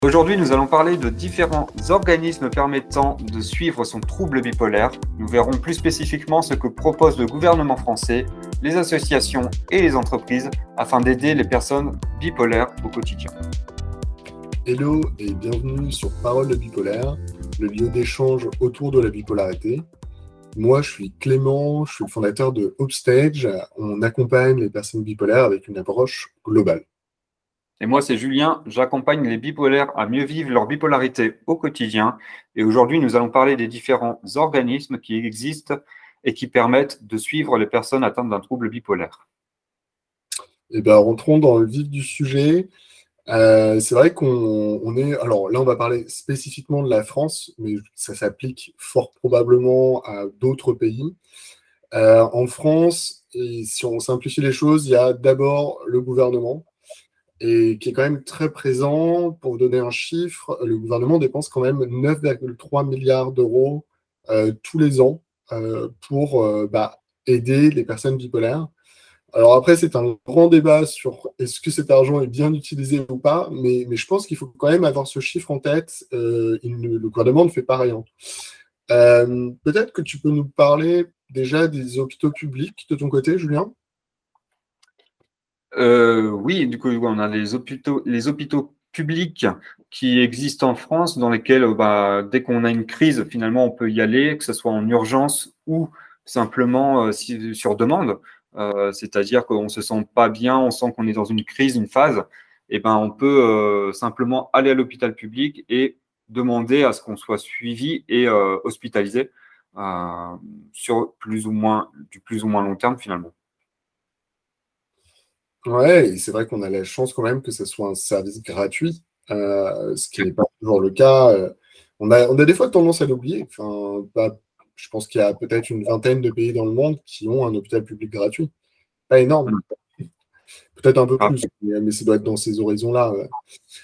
Aujourd'hui, nous allons parler de différents organismes permettant de suivre son trouble bipolaire. Nous verrons plus spécifiquement ce que propose le gouvernement français, les associations et les entreprises afin d'aider les personnes bipolaires au quotidien. Hello et bienvenue sur Parole de bipolaire, le lieu d'échange autour de la bipolarité. Moi, je suis Clément, je suis le fondateur de Upstage. On accompagne les personnes bipolaires avec une approche globale. Et moi, c'est Julien, j'accompagne les bipolaires à mieux vivre leur bipolarité au quotidien. Et aujourd'hui, nous allons parler des différents organismes qui existent et qui permettent de suivre les personnes atteintes d'un trouble bipolaire. Et bien, rentrons dans le vif du sujet. C'est vrai qu'on est... Alors là, on va parler spécifiquement de la France, mais ça s'applique fort probablement à d'autres pays. En France, et si on simplifie les choses, il y a d'abord le gouvernement, et qui est quand même très présent. Pour vous donner un chiffre, le gouvernement dépense quand même 9,3 milliards d'euros tous les ans pour aider les personnes bipolaires. Alors après, c'est un grand débat sur est-ce que cet argent est bien utilisé ou pas, mais je pense qu'il faut quand même avoir ce chiffre en tête. Le gouvernement ne fait pas rien. Peut-être que tu peux nous parler déjà des hôpitaux publics de ton côté, Julien? Oui, du coup, on a les hôpitaux publics qui existent en France, dans lesquels, dès qu'on a une crise, finalement, on peut y aller, que ce soit en urgence ou simplement sur demande. C'est-à-dire qu'on se sent pas bien, on sent qu'on est dans une crise, une phase, et ben, on peut simplement aller à l'hôpital public et demander à ce qu'on soit suivi et hospitalisé sur du plus ou moins long terme, finalement. Ouais, et c'est vrai qu'on a la chance quand même que ce soit un service gratuit, ce qui n'est pas toujours le cas. On a des fois tendance à l'oublier. Enfin, je pense qu'il y a peut-être une vingtaine de pays dans le monde qui ont un hôpital public gratuit. Pas énorme, peut-être un peu plus, mais ça doit être dans ces horizons-là. Ouais.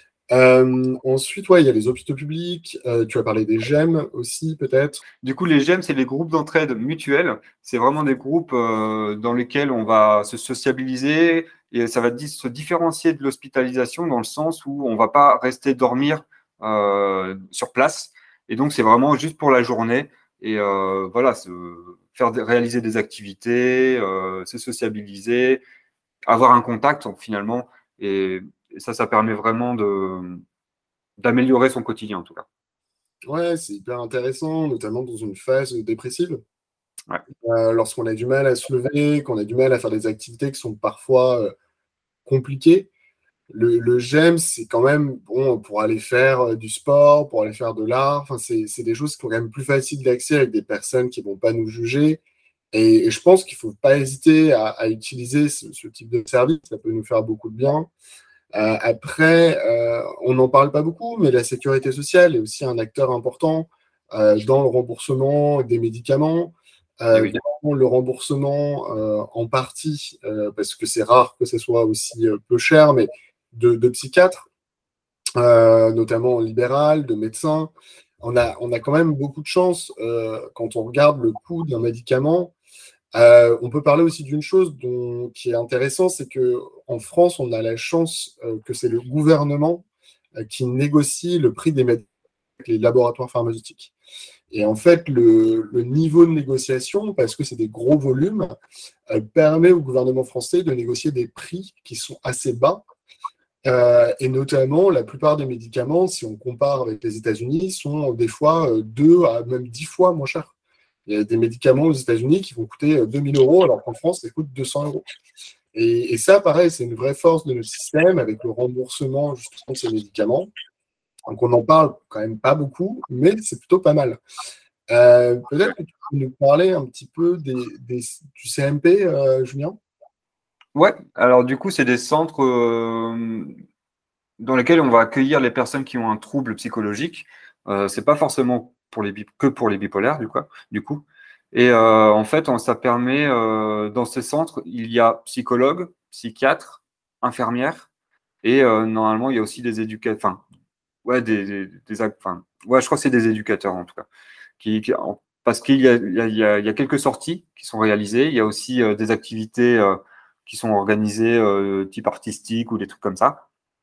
Ensuite, ouais, il y a les hôpitaux publics. Tu as parlé des GEM aussi, peut-être. Du coup, les GEM, c'est les groupes d'entraide mutuelle. C'est vraiment des groupes dans lesquels on va se sociabiliser et ça va se différencier de l'hospitalisation dans le sens où on ne va pas rester dormir sur place. Et donc, c'est vraiment juste pour la journée. Et voilà, réaliser des activités, se sociabiliser, avoir un contact finalement. Et ça permet vraiment d'améliorer son quotidien en tout cas. Ouais, c'est hyper intéressant, notamment dans une phase dépressive. Ouais. Lorsqu'on a du mal à se lever, qu'on a du mal à faire des activités qui sont parfois compliquées. Le GEM, c'est quand même bon pour aller faire du sport, pour aller faire de l'art. Enfin, c'est des choses qui sont quand même plus faciles d'accès avec des personnes qui ne vont pas nous juger. Et je pense qu'il ne faut pas hésiter à utiliser ce type de service. Ça peut nous faire beaucoup de bien. Après, on n'en parle pas beaucoup, mais la sécurité sociale est aussi un acteur important dans le remboursement des médicaments, Oui. dans le remboursement en partie, parce que c'est rare que ce soit aussi peu cher, mais de psychiatres, notamment en libéral, de médecins. On a quand même beaucoup de chance quand on regarde le coût d'un médicament. On peut parler aussi d'une chose qui est intéressante, c'est qu'en France, on a la chance que c'est le gouvernement qui négocie le prix des médicaments avec les laboratoires pharmaceutiques. Et en fait, le niveau de négociation, parce que c'est des gros volumes, permet au gouvernement français de négocier des prix qui sont assez bas. Et notamment, la plupart des médicaments, si on compare avec les États-Unis, sont des fois 2 à même 10 fois moins chers. Il y a des médicaments aux États-Unis qui vont coûter 2000 euros, alors qu'en France, ça coûte 200 euros. Et ça, pareil, c'est une vraie force de notre système avec le remboursement justement de ces médicaments. Donc, on n'en parle quand même pas beaucoup, mais c'est plutôt pas mal. Peut-être que tu peux nous parler un petit peu du CMP, Julien? Ouais, alors du coup, c'est des centres dans lesquels on va accueillir les personnes qui ont un trouble psychologique. C'est pas forcément que pour les bipolaires, du coup. Et en fait, ça permet, dans ces centres, il y a psychologues, psychiatres, infirmières, et normalement, il y a aussi des éducateurs, enfin, ouais, ouais, je crois que c'est des éducateurs en tout cas, parce qu'il y a quelques sorties qui sont réalisées, il y a aussi des activités qui sont organisées type artistique ou des trucs comme ça.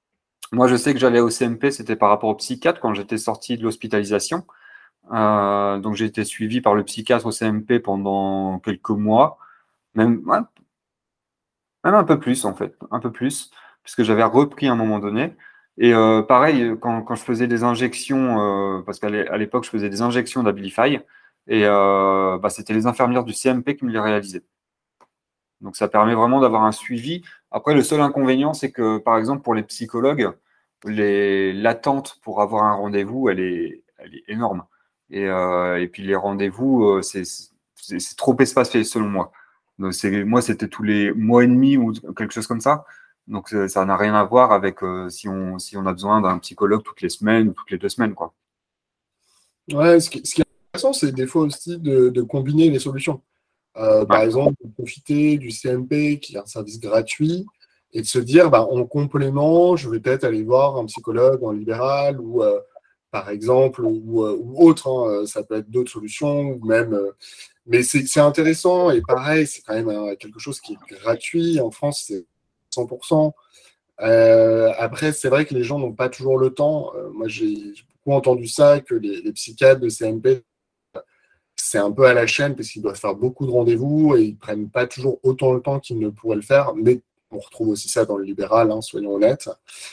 Moi, je sais que j'allais au CMP, c'était par rapport au psychiatre quand j'étais sorti de l'hospitalisation. Donc, j'ai été suivi par le psychiatre au CMP pendant quelques mois, même, ouais, même un peu plus en fait, un peu plus, puisque j'avais repris à un moment donné. Et pareil, quand je faisais des injections, parce à l'époque, je faisais des injections d'Abilify, et bah, c'était les infirmières du CMP qui me les réalisaient. Donc, ça permet vraiment d'avoir un suivi. Après, le seul inconvénient, c'est que, par exemple, pour les psychologues, l'attente pour avoir un rendez-vous, elle est énorme. Et puis, les rendez-vous, c'est trop espacé, selon moi. Donc, moi, c'était tous les mois et demi ou quelque chose comme ça. Donc, ça n'a rien à voir avec si on a besoin d'un psychologue toutes les semaines ou toutes les 2 semaines, quoi. Ouais, ce qui est intéressant, c'est des fois aussi de combiner les solutions. Ouais. Par exemple, de profiter du CMP, qui est un service gratuit, et de se dire, bah, en complément, je vais peut-être aller voir un psychologue en libéral ou, par exemple, ou autre. Hein, ça peut être d'autres solutions, ou même. Mais c'est intéressant et pareil, c'est quand même quelque chose qui est gratuit. En France, c'est 100%. Après, c'est vrai que les gens n'ont pas toujours le temps. Moi, j'ai beaucoup entendu ça, que les psychiatres de CMP, c'est un peu à la chaîne parce qu'ils doivent faire beaucoup de rendez-vous et ils prennent pas toujours autant le temps qu'ils ne pourraient le faire. Mais on retrouve aussi ça dans le libéral, hein, soyons honnêtes.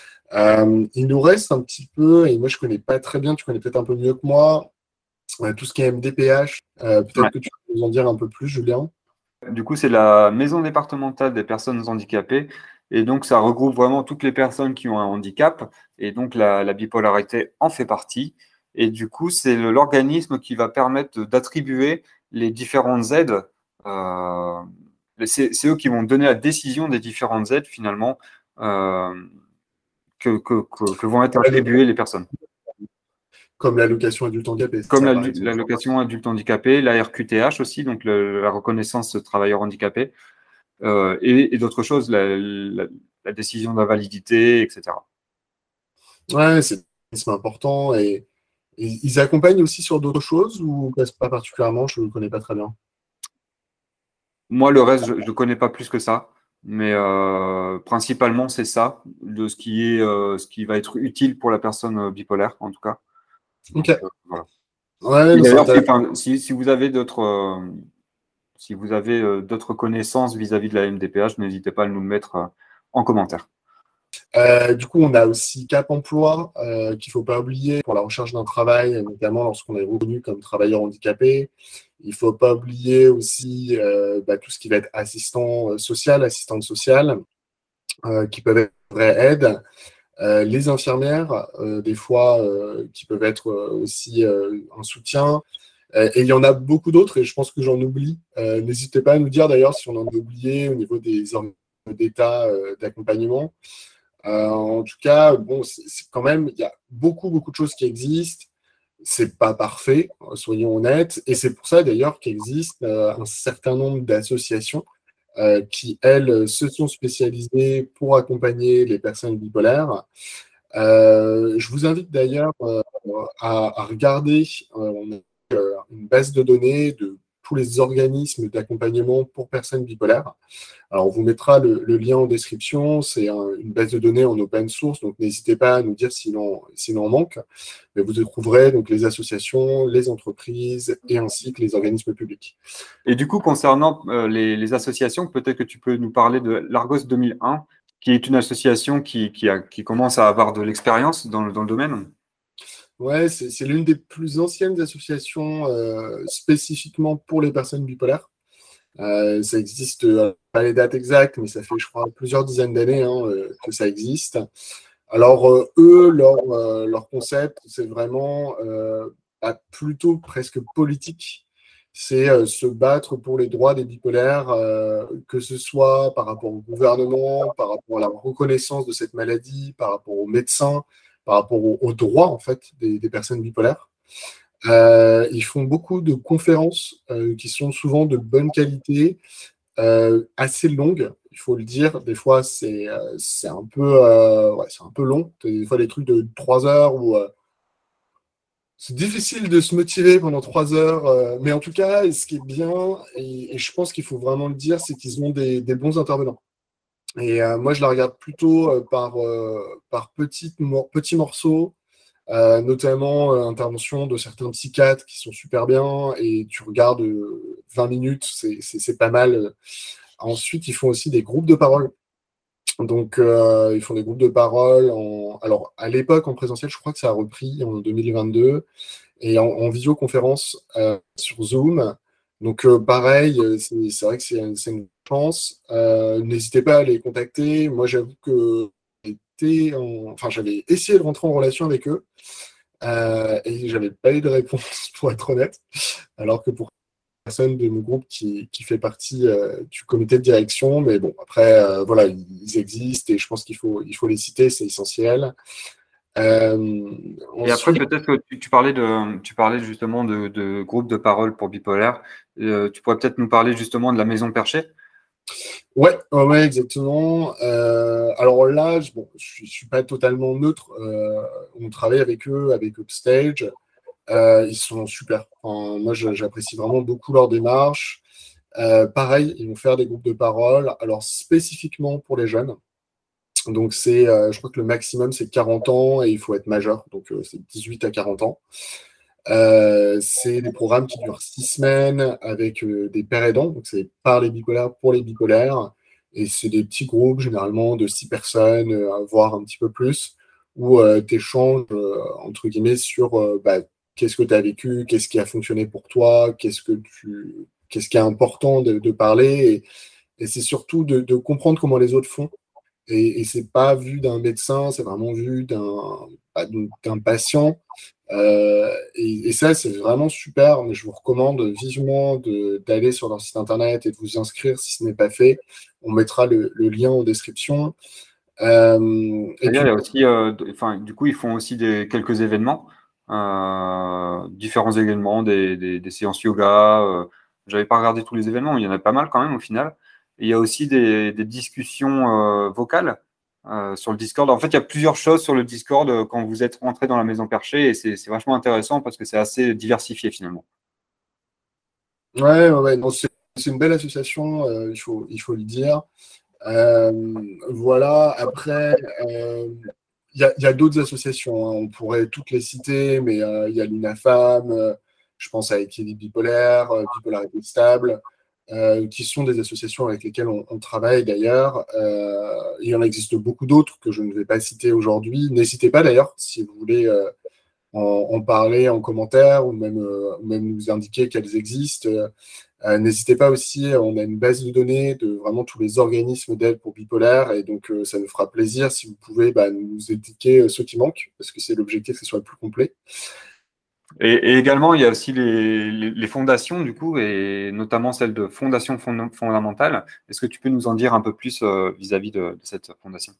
Il nous reste un petit peu, et moi je connais pas très bien, tu connais peut-être un peu mieux que moi, tout ce qui est MDPH. Ouais. Peut-être que tu peux nous en dire un peu plus, Julien. Du coup, c'est la maison départementale des personnes handicapées. Et donc, ça regroupe vraiment toutes les personnes qui ont un handicap. Et donc, la bipolarité en fait partie. Et du coup, c'est l'organisme qui va permettre d'attribuer les différentes aides. Euh, c'est eux qui vont donner la décision des différentes aides, finalement, euh, que vont être attribuées les personnes. Comme l'allocation adulte handicapé, Comme ça par exemple. l'allocation adulte handicapé, la RQTH aussi, donc la reconnaissance travailleur handicapé. Et d'autres choses, la décision d'invalidité, etc. Ouais, c'est important. Et ils accompagnent aussi sur d'autres choses ou pas particulièrement, je ne connais pas très bien. Moi, le reste, je ne connais pas plus que ça, mais principalement, c'est ça, de ce qui va être utile pour la personne bipolaire, en tout cas. Ok. Donc, voilà. Ouais, Et non, c'est d'ailleurs, intéressant. si vous avez d'autres connaissances vis-à-vis de la MDPH, n'hésitez pas à nous le mettre en commentaire. Du coup, on a aussi Cap Emploi qu'il ne faut pas oublier pour la recherche d'un travail, notamment lorsqu'on est reconnu comme travailleur handicapé. Il ne faut pas oublier aussi tout ce qui va être assistant social, assistante sociale, qui peuvent être une vraie aide. Les infirmières, des fois, qui peuvent être aussi un soutien. Et il y en a beaucoup d'autres, et je pense que j'en oublie. N'hésitez pas à nous dire d'ailleurs si on en a oublié au niveau des organismes d'État d'accompagnement. En tout cas, bon, c'est quand même, il y a beaucoup de choses qui existent. C'est pas parfait, soyons honnêtes. Et c'est pour ça d'ailleurs qu'existe un certain nombre d'associations qui, elles, se sont spécialisées pour accompagner les personnes bipolaires. Je vous invite d'ailleurs à regarder, on a une base de données de tous les organismes d'accompagnement pour personnes bipolaires. Alors, on vous mettra le lien en description. C'est une base de données en open source, donc n'hésitez pas à nous dire s'il en manque. Mais vous y trouverez donc les associations, les entreprises et ainsi que les organismes publics. Et du coup, concernant les associations, peut-être que tu peux nous parler de l'Argos 2001, qui est une association qui commence à avoir de l'expérience dans le domaine. Ouais, c'est l'une des plus anciennes associations spécifiquement pour les personnes bipolaires. Ça existe, pas les dates exactes, mais ça fait, je crois, plusieurs dizaines d'années hein, que ça existe. Alors, eux, leur concept, c'est vraiment plutôt presque politique. C'est se battre pour les droits des bipolaires, que ce soit par rapport au gouvernement, par rapport à la reconnaissance de cette maladie, par rapport aux médecins, par rapport aux droits en fait des personnes bipolaires. Ils font beaucoup de conférences qui sont souvent de bonne qualité, assez longues, il faut le dire. Des fois, c'est un peu long. Des fois, des trucs de 3 heures où c'est difficile de se motiver pendant 3 heures. Mais en tout cas, ce qui est bien, et je pense qu'il faut vraiment le dire, c'est qu'ils ont des bons intervenants. Et moi, je la regarde plutôt par petits morceaux, notamment intervention de certains psychiatres qui sont super bien, et tu regardes 20 minutes, c'est pas mal. Ensuite, ils font aussi des groupes de parole. Donc, ils font des groupes de parole. Alors, à l'époque, en présentiel, je crois que ça a repris en 2022, et en visioconférence sur Zoom. Donc, pareil, c'est vrai que c'est une chance. N'hésitez pas à les contacter. Moi, j'avoue que enfin, j'avais essayé de rentrer en relation avec eux, et j'avais pas eu de réponse, pour être honnête. Alors que pour personne de mon groupe qui fait partie du comité de direction, mais bon, après, voilà, ils existent et je pense qu'il faut les citer, c'est essentiel. Euh, Et après, ensuite, peut-être que tu parlais justement de groupe de parole pour bipolaire. Tu pourrais peut-être nous parler justement de la Maison Perchée. ouais, ouais, ouais, exactement. Alors là, bon, je suis pas totalement neutre. On travaille avec eux, avec Upstage. Ils sont super. Enfin, moi, j'apprécie vraiment beaucoup leur démarche. Pareil, ils vont faire des groupes de parole. Alors, spécifiquement pour les jeunes. Donc, je crois que le maximum, c'est 40 ans et il faut être majeur. Donc, c'est 18 à 40 ans. C'est des programmes qui durent 6 semaines avec des pairs aidants. Donc, c'est par les bipolaires pour les bipolaires. Et c'est des petits groupes, généralement de 6 personnes, voire un petit peu plus, où tu échanges, entre guillemets, sur bah, qu'est-ce que tu as vécu, qu'est-ce qui a fonctionné pour toi, qu'est-ce qui est important de parler. Et c'est surtout de comprendre comment les autres font. Et c'est pas vu d'un médecin, c'est vraiment vu d'un patient. Et ça, c'est vraiment super, mais je vous recommande vivement d'aller sur leur site internet et de vous inscrire si ce n'est pas fait. On mettra le lien en description. Et D'ailleurs, puis, il y a aussi, enfin, du coup, ils font aussi quelques événements, différents événements, des séances yoga. J'avais pas regardé tous les événements, il y en a pas mal quand même au final. Et il y a aussi des discussions vocales sur le Discord. En fait, il y a plusieurs choses sur le Discord quand vous êtes rentré dans la Maison Perchée, et c'est vachement intéressant parce que c'est assez diversifié finalement. ouais, ouais, ouais, non, c'est une belle association, il faut le dire. Euh, voilà, après, il y a d'autres associations, hein. On pourrait toutes les citer, mais il y a l'UNAFAM, je pense à Équilibre Bipolaire, Bipolarité Stable, qui sont des associations avec lesquelles on travaille d'ailleurs. Il y en existe beaucoup d'autres que je ne vais pas citer aujourd'hui. N'hésitez pas d'ailleurs, si vous voulez en parler en commentaire ou même nous indiquer qu'elles existent. N'hésitez pas aussi, on a une base de données de vraiment tous les organismes d'aide pour bipolaire, et donc ça nous fera plaisir si vous pouvez nous indiquer ceux qui manquent, parce que c'est l'objectif que ce soit le plus complet. Et également, il y a aussi les fondations, du coup, et notamment celle de Fondation Fondamentale. Est-ce que tu peux nous en dire un peu plus vis-à-vis de cette fondation?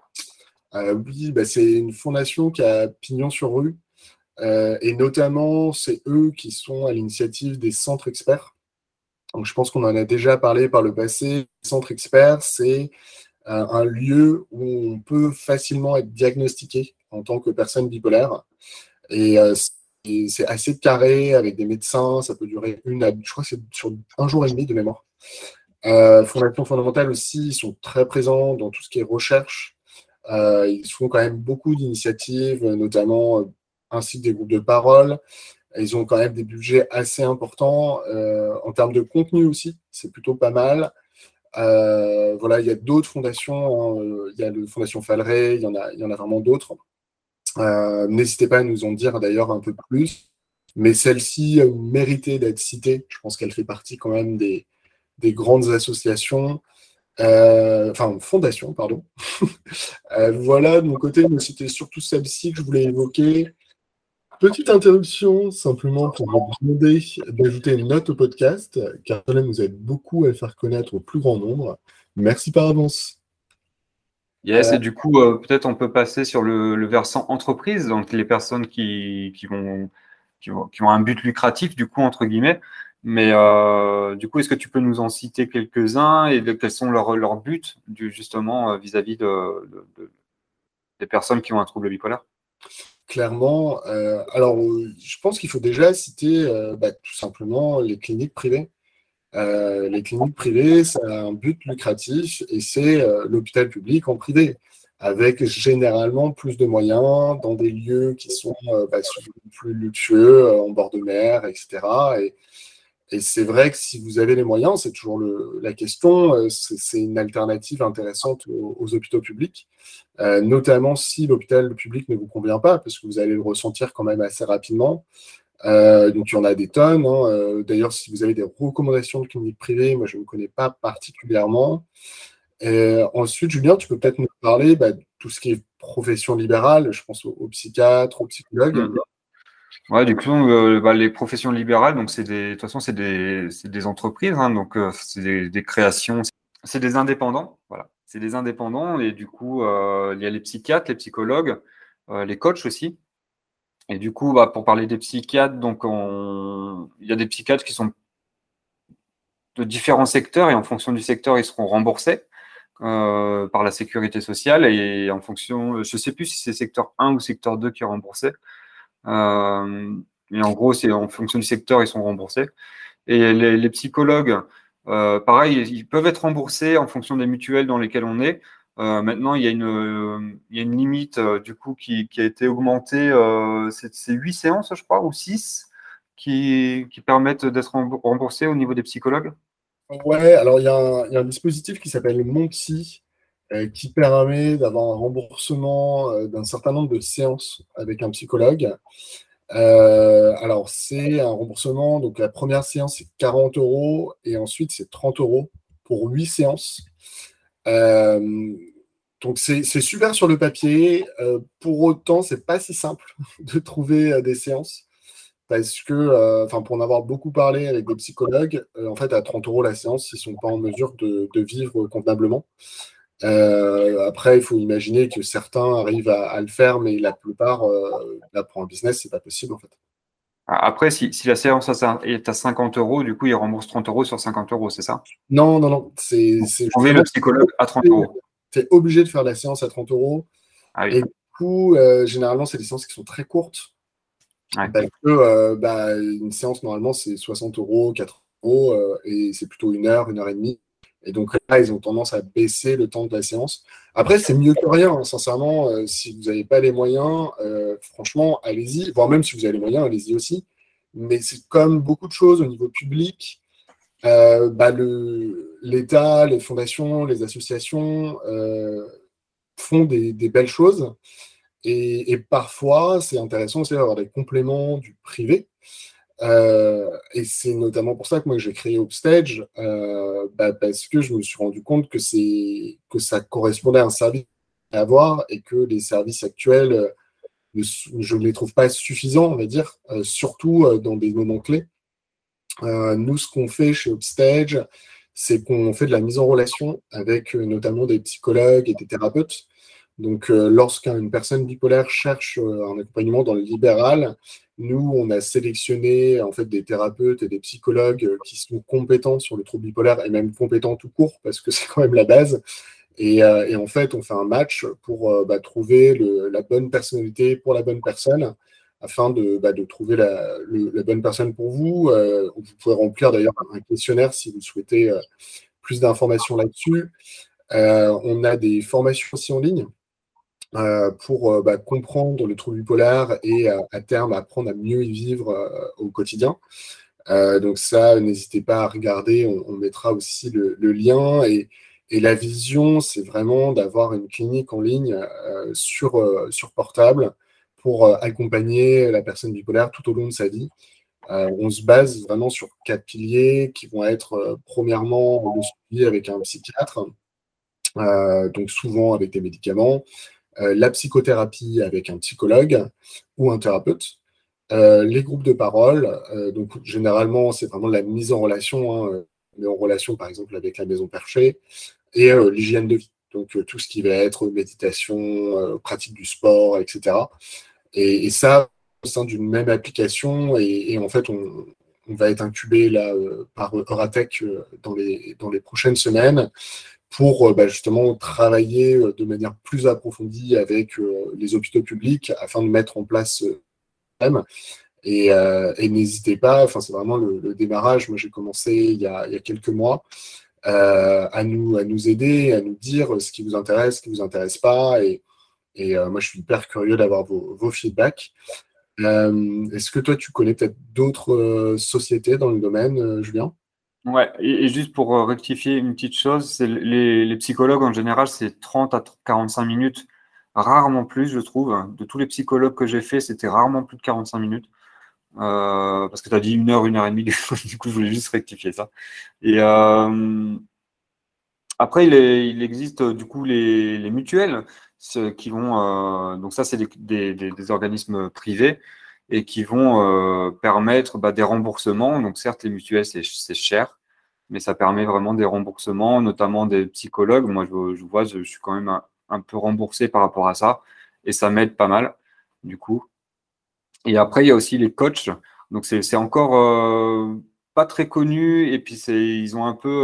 Oui, c'est une fondation qui a pignon sur rue, et notamment c'est eux qui sont à l'initiative des centres experts. Donc je pense qu'on en a déjà parlé par le passé. Les centres experts, c'est un lieu où on peut facilement être diagnostiqué en tant que personne bipolaire. Et c'est assez carré avec des médecins. Ça peut durer je crois que c'est sur un jour et demi de mémoire. Fondation fondamentale aussi, ils sont très présents dans tout ce qui est recherche. Ils font quand même beaucoup d'initiatives, notamment ainsi que des groupes de parole. Ils ont quand même des budgets assez importants. En termes de contenu aussi, c'est plutôt pas mal. Voilà, il y a d'autres fondations, hein. Il y a la Fondation Falleret, il y en a vraiment d'autres. N'hésitez pas à nous en dire d'ailleurs un peu plus. Mais celle-ci méritait d'être citée. Je pense qu'elle fait partie quand même des grandes associations, enfin fondations, pardon. Voilà, de mon côté, mais c'était surtout celle-ci que je voulais évoquer. Petite interruption, simplement pour vous demander d'ajouter une note au podcast, car cela nous aide beaucoup à le faire connaître au plus grand nombre. Merci par avance. Yes, et du coup, peut-être on peut passer sur le versant entreprise, donc les personnes qui ont un but lucratif, du coup, entre guillemets. Mais du coup, est-ce que tu peux nous en citer quelques-uns et quels sont leurs buts, justement, vis-à-vis des personnes qui ont un trouble bipolaire? Clairement, alors je pense qu'il faut déjà citer tout simplement les cliniques privées. Les cliniques privées, ça a un but lucratif et c'est l'hôpital public en privé, avec généralement plus de moyens dans des lieux qui sont souvent plus luxueux, en bord de mer, etc. Et c'est vrai que si vous avez les moyens, c'est toujours la question, c'est une alternative intéressante aux hôpitaux publics, notamment si l'hôpital public ne vous convient pas, parce que vous allez le ressentir quand même assez rapidement. Donc, il y en a des tonnes, hein. D'ailleurs, si vous avez des recommandations de cliniques privées, moi, je ne connais pas particulièrement. Ensuite, Julien, tu peux peut-être nous parler de tout ce qui est profession libérale. Je pense aux psychiatres, aux psychologues. Ouais, du coup, les professions libérales, donc de toute façon, c'est des entreprises, hein, donc c'est des créations, c'est des indépendants, voilà, c'est des indépendants, et du coup, il y a les psychiatres, les psychologues, les coachs aussi. Et du coup, pour parler des psychiatres, donc il y a des psychiatres qui sont de différents secteurs, et en fonction du secteur, ils seront remboursés par la sécurité sociale, et en fonction, je ne sais plus si c'est secteur 1 ou secteur 2 qui est remboursé. Et en gros, c'est en fonction du secteur, ils sont remboursés. Et les psychologues, pareil, ils peuvent être remboursés en fonction des mutuelles dans lesquelles on est. Maintenant, il y a une limite du coup qui a été augmentée. C'est 8 séances, je crois, ou 6 qui permettent d'être remboursés au niveau des psychologues. Ouais, alors il y a un dispositif qui s'appelle Mon Psy, qui permet d'avoir un remboursement d'un certain nombre de séances avec un psychologue. Alors, c'est un remboursement. Donc, la première séance, c'est 40 euros et ensuite, c'est 30 euros pour 8 séances. Euh, donc, c'est super sur le papier. Pour autant, c'est pas si simple de trouver des séances parce que, pour en avoir beaucoup parlé avec des psychologues, en fait, à 30 euros la séance, ils sont pas en mesure de vivre convenablement. Après, il faut imaginer que certains arrivent à le faire, mais la plupart, là, pour un business, c'est pas possible, en fait. Après, si la séance est à 50 euros, du coup, ils remboursent 30 euros sur 50 euros, c'est ça? Non, non, non. Donc, C'est trouver le justement, psychologue à 30 euros. tu es obligé de faire la séance à 30 euros. Ah oui. Et du coup, généralement, c'est des séances qui sont très courtes. Ouais. Parce que une séance, normalement, c'est 60 euros, 4 euros, et c'est plutôt une heure et demie. Et donc là, ils ont tendance à baisser le temps de la séance. Après, c'est mieux que rien, hein, sincèrement. Si vous n'avez pas les moyens, franchement, allez-y. Voire même si vous avez les moyens, allez-y aussi. Mais c'est comme beaucoup de choses au niveau public. L'État, les fondations, les associations font des belles choses. Et parfois, c'est intéressant aussi d'avoir des compléments du privé. Et c'est notamment pour ça que moi j'ai créé Upstage, parce que je me suis rendu compte que ça correspondait à un service à avoir et que les services actuels, je ne les trouve pas suffisants, on va dire, surtout dans des moments clés. Nous, ce qu'on fait chez Upstage, c'est qu'on fait de la mise en relation avec notamment des psychologues et des thérapeutes. Donc, lorsqu'une personne bipolaire cherche un accompagnement dans le libéral, nous, on a sélectionné en fait des thérapeutes et des psychologues qui sont compétents sur le trouble bipolaire et même compétents tout court parce que c'est quand même la base. Et en fait, on fait un match pour trouver la bonne personnalité pour la bonne personne afin de trouver la bonne personne pour vous. Vous pouvez remplir d'ailleurs un questionnaire si vous souhaitez plus d'informations là-dessus. On a des formations aussi en ligne pour comprendre le trouble bipolaire et à terme apprendre à mieux y vivre au quotidien. Donc ça, n'hésitez pas à regarder, on mettra aussi le lien. Et la vision, c'est vraiment d'avoir une clinique en ligne sur portable pour accompagner la personne bipolaire tout au long de sa vie. On se base vraiment sur 4 piliers qui vont être premièrement le suivi avec un psychiatre, donc souvent avec des médicaments, la psychothérapie avec un psychologue ou un thérapeute, les groupes de parole. Donc généralement, c'est vraiment la mise en relation, hein, mais en relation par exemple avec la maison perchée, et l'hygiène de vie. Donc tout ce qui va être méditation, pratique du sport, etc. Et ça, au sein d'une même application, et en fait, on va être incubé là, par Euratech dans les prochaines semaines pour justement travailler de manière plus approfondie avec les hôpitaux publics afin de mettre en place même. Et n'hésitez pas, enfin, c'est vraiment le démarrage. Moi, j'ai commencé il y a quelques mois à nous aider, à nous dire ce qui vous intéresse, ce qui vous intéresse pas. Et moi, je suis hyper curieux d'avoir vos feedbacks. Est-ce que toi, tu connais peut-être d'autres sociétés dans le domaine, Julien? Ouais, et juste pour rectifier une petite chose, c'est les psychologues en général, c'est 30 à 45 minutes, rarement plus, je trouve. De tous les psychologues que j'ai fait, c'était rarement plus de 45 minutes. Parce que tu as dit 1 heure et demie, du coup, je voulais juste rectifier ça. Et après, il existe du coup les mutuelles qui vont, donc ça, c'est des organismes privés et qui vont permettre des remboursements. Donc certes, les mutuelles, c'est cher, mais ça permet vraiment des remboursements, notamment des psychologues. Moi, je vois, je suis quand même un peu remboursé par rapport à ça et ça m'aide pas mal, du coup. Et après, il y a aussi les coachs. Donc, c'est encore pas très connu. Et puis, ils ont un peu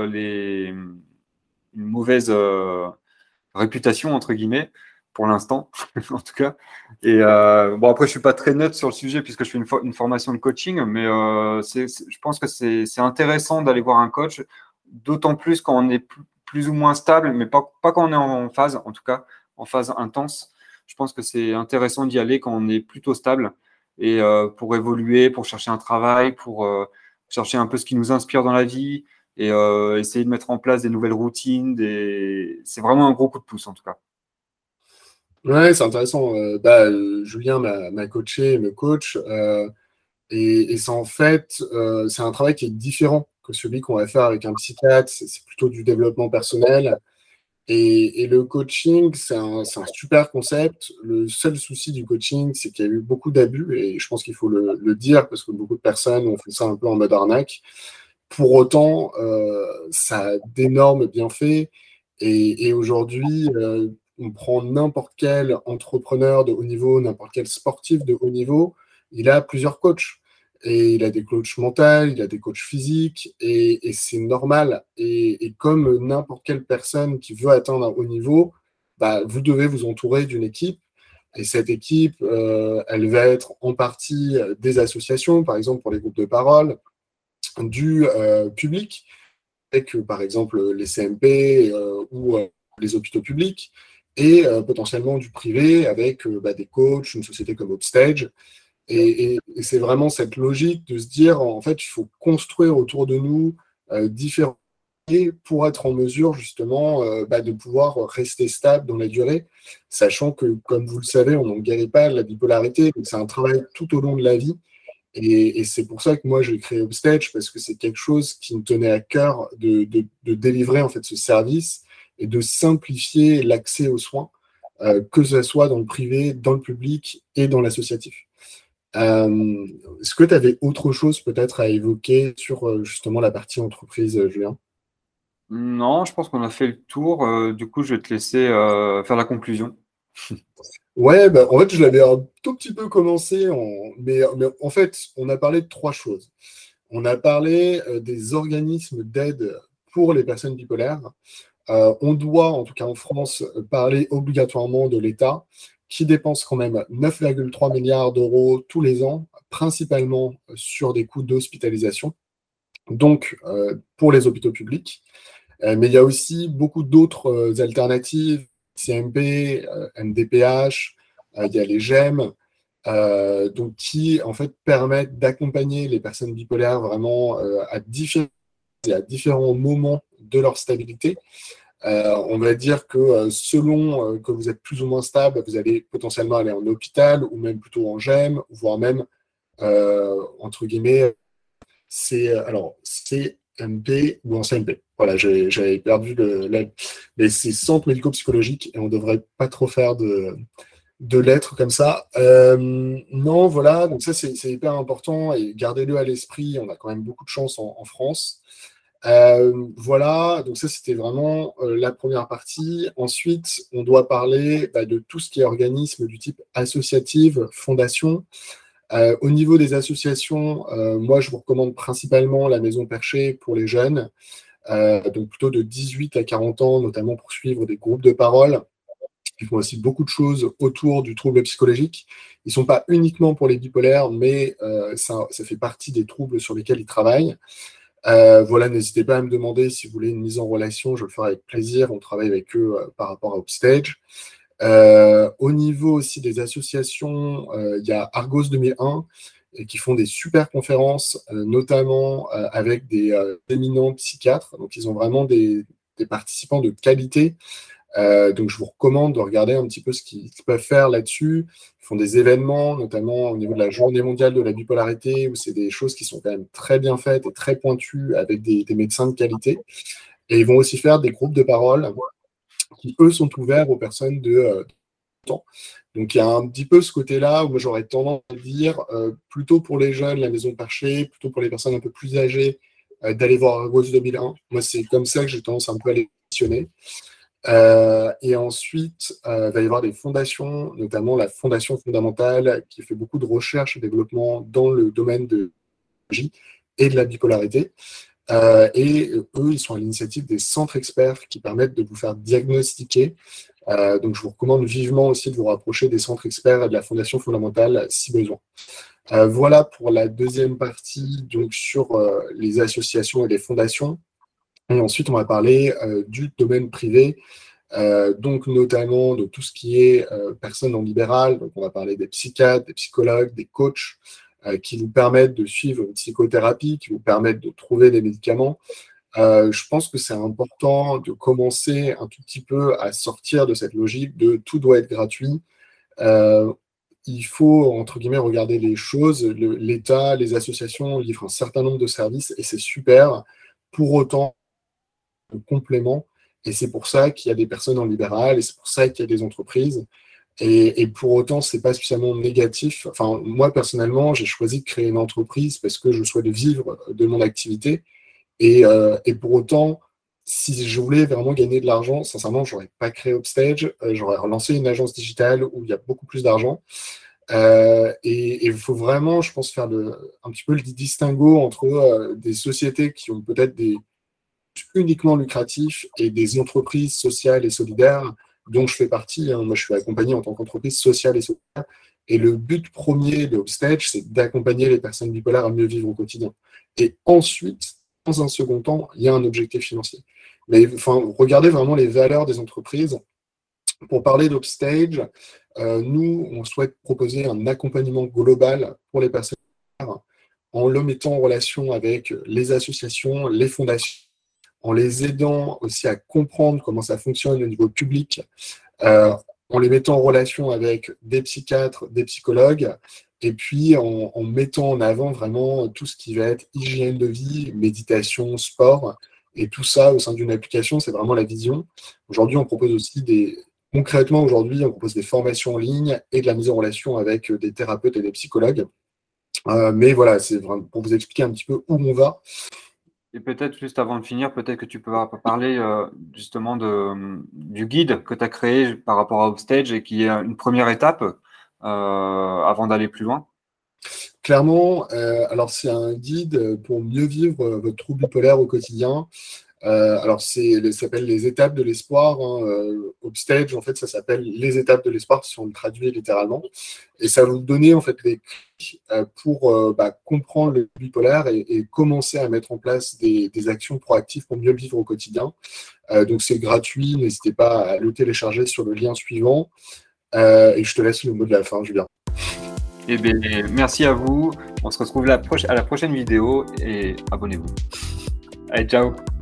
une mauvaise réputation, entre guillemets, pour l'instant, en tout cas. Et bon, après, je suis pas très neutre sur le sujet puisque je fais une formation de coaching, mais je pense que c'est intéressant d'aller voir un coach, d'autant plus quand on est plus ou moins stable, mais pas quand on est en phase, en tout cas, en phase intense. Je pense que c'est intéressant d'y aller quand on est plutôt stable et pour évoluer, pour chercher un travail, pour chercher un peu ce qui nous inspire dans la vie et essayer de mettre en place des nouvelles routines. C'est vraiment un gros coup de pouce, en tout cas. Ouais, c'est intéressant. Julien m'a coaché, me coach. Et c'est en fait, c'est un travail qui est différent que celui qu'on va faire avec un psychiatre. C'est plutôt du développement personnel. Et le coaching, c'est un super concept. Le seul souci du coaching, c'est qu'il y a eu beaucoup d'abus. Et je pense qu'il faut le dire parce que beaucoup de personnes ont fait ça un peu en mode arnaque. Pour autant, ça a d'énormes bienfaits. Et aujourd'hui, on prend n'importe quel entrepreneur de haut niveau, n'importe quel sportif de haut niveau, il a plusieurs coachs. Et il a des coachs mentaux, il a des coachs physiques, et c'est normal. Et comme n'importe quelle personne qui veut atteindre un haut niveau, bah, vous devez vous entourer d'une équipe. Et cette équipe, elle va être en partie des associations, par exemple pour les groupes de parole, du public, avec par exemple les CMP ou les hôpitaux publics, et potentiellement du privé avec des coachs, une société comme Upstage. Et c'est vraiment cette logique de se dire, en fait, il faut construire autour de nous différents leviers pour être en mesure justement de pouvoir rester stable dans la durée, sachant que, comme vous le savez, on n'en guérit pas de la bipolarité, donc c'est un travail tout au long de la vie. Et c'est pour ça que moi, j'ai créé Upstage, parce que c'est quelque chose qui me tenait à cœur de délivrer en fait ce service et de simplifier l'accès aux soins, que ce soit dans le privé, dans le public et dans l'associatif. Est-ce que tu avais autre chose peut-être à évoquer sur justement la partie entreprise, Julien? Non, je pense qu'on a fait le tour. Du coup, je vais te laisser faire la conclusion. Ouais, bah, en fait, je l'avais un tout petit peu commencé, mais en fait, on a parlé de trois choses. On a parlé des organismes d'aide pour les personnes bipolaires. On doit, en tout cas en France, parler obligatoirement de l'État, qui dépense quand même 9,3 milliards d'euros tous les ans, principalement sur des coûts d'hospitalisation, donc pour les hôpitaux publics. Mais il y a aussi beaucoup d'autres alternatives, CMP, MDPH, il y a les GEM, donc qui en fait permettent d'accompagner les personnes bipolaires vraiment à différents moments de leur stabilité. On va dire que selon que vous êtes plus ou moins stable, vous allez potentiellement aller en hôpital ou même plutôt en GEM, voire même, entre guillemets, alors CMP ou en CMP. Voilà, j'avais perdu mais c'est centre médico-psychologique et on ne devrait pas trop faire de lettres comme ça. Non, voilà, donc ça c'est hyper important et gardez-le à l'esprit. On a quand même beaucoup de chance en France. Voilà, donc ça c'était vraiment la première partie. Ensuite, on doit parler de tout ce qui est organisme du type associative, fondation. Au niveau des associations, moi je vous recommande principalement la Maison Perchée pour les jeunes, donc plutôt de 18 à 40 ans, notamment pour suivre des groupes de parole Ils font aussi beaucoup de choses autour du trouble psychologique. Ils ne sont pas uniquement pour les bipolaires, mais ça fait partie des troubles sur lesquels ils travaillent. Voilà, n'hésitez pas à me demander si vous voulez une mise en relation, je le ferai avec plaisir. On travaille avec eux par rapport à Upstage. Au niveau aussi des associations, il y a Argos 2001 qui font des super conférences, notamment avec des éminents psychiatres. Donc, ils ont vraiment des participants de qualité. Donc, je vous recommande de regarder un petit peu ce qu'ils peuvent faire là-dessus. Ils font des événements, notamment au niveau de la Journée mondiale de la bipolarité, où c'est des choses qui sont quand même très bien faites et très pointues avec des médecins de qualité. Et ils vont aussi faire des groupes de parole qui, eux, sont ouverts aux personnes de temps. Donc, il y a un petit peu ce côté-là où moi, j'aurais tendance à dire, plutôt pour les jeunes, la Maison Perchée, plutôt pour les personnes un peu plus âgées, d'aller voir Argos 2001. Moi, c'est comme ça que j'ai tendance un peu à les positionner. Et ensuite, il va y avoir des fondations, notamment la Fondation fondamentale, qui fait beaucoup de recherche et développement dans le domaine de l'psychologie et de la bipolarité. Et eux, ils sont à l'initiative des centres experts qui permettent de vous faire diagnostiquer. Donc, je vous recommande vivement aussi de vous rapprocher des centres experts et de la Fondation fondamentale si besoin. Voilà pour la deuxième partie, donc sur les associations et les fondations. Et ensuite, on va parler du domaine privé, donc notamment de tout ce qui est personnes en libéral. Donc, on va parler des psychiatres, des psychologues, des coachs qui vous permettent de suivre une psychothérapie, qui vous permettent de trouver des médicaments. Je pense que c'est important de commencer un tout petit peu à sortir de cette logique de tout doit être gratuit. Il faut, entre guillemets, regarder les choses. L'État, les associations livrent un certain nombre de services et c'est super. Pour autant, un complément. Et c'est pour ça qu'il y a des personnes en libéral et c'est pour ça qu'il y a des entreprises. Et pour autant, c'est pas spécialement négatif. Enfin, moi, personnellement, j'ai choisi de créer une entreprise parce que je souhaite vivre de mon activité. Et pour autant, si je voulais vraiment gagner de l'argent, sincèrement, j'aurais pas créé Upstage. J'aurais relancé une agence digitale où il y a beaucoup plus d'argent. Et il faut vraiment, je pense, faire un petit peu le distinguo entre des sociétés qui ont peut-être des uniquement lucratifs et des entreprises sociales et solidaires dont je fais partie. Moi, je suis accompagné en tant qu'entreprise sociale et solidaire. Et le but premier de Upstage, c'est d'accompagner les personnes bipolaires à mieux vivre au quotidien. Et ensuite, dans un second temps, il y a un objectif financier. Mais enfin, regardez vraiment les valeurs des entreprises. Pour parler d'Upstage, nous, on souhaite proposer un accompagnement global pour les personnes bipolaires en le mettant en relation avec les associations, les fondations, en les aidant aussi à comprendre comment ça fonctionne au niveau public, en les mettant en relation avec des psychiatres, des psychologues, et puis en mettant en avant vraiment tout ce qui va être hygiène de vie, méditation, sport, et tout ça au sein d'une application, c'est vraiment la vision. Aujourd'hui, on propose aussi concrètement, aujourd'hui, on propose des formations en ligne et de la mise en relation avec des thérapeutes et des psychologues. Mais voilà, c'est vraiment pour vous expliquer un petit peu où on va. Et peut-être, juste avant de finir, peut-être que tu peux parler justement du guide que tu as créé par rapport à Upstage et qui est une première étape avant d'aller plus loin. Clairement, alors c'est un guide pour mieux vivre votre trouble bipolaire au quotidien. Alors, ça s'appelle les étapes de l'espoir. Upstage, en fait, ça s'appelle les étapes de l'espoir si on le traduit littéralement. Et ça va vous donner en fait les clés pour comprendre le bipolaire et commencer à mettre en place des actions proactives pour mieux le vivre au quotidien. Donc, c'est gratuit. N'hésitez pas à le télécharger sur le lien suivant. Et je te laisse le mot de la fin, Julien. Eh bien, merci à vous. On se retrouve à la prochaine vidéo et abonnez-vous. Allez, ciao.